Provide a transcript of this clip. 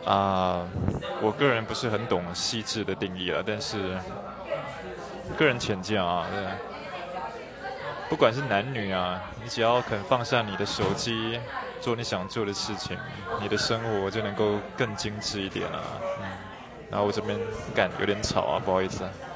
我个人不是很懂细致的定义了，但是个人浅见啊，对，不管是男女啊，你只要肯放下你的手机，做你想做的事情，你的生活就能够更精致一点啊。然后我这边有点吵啊，不好意思啊。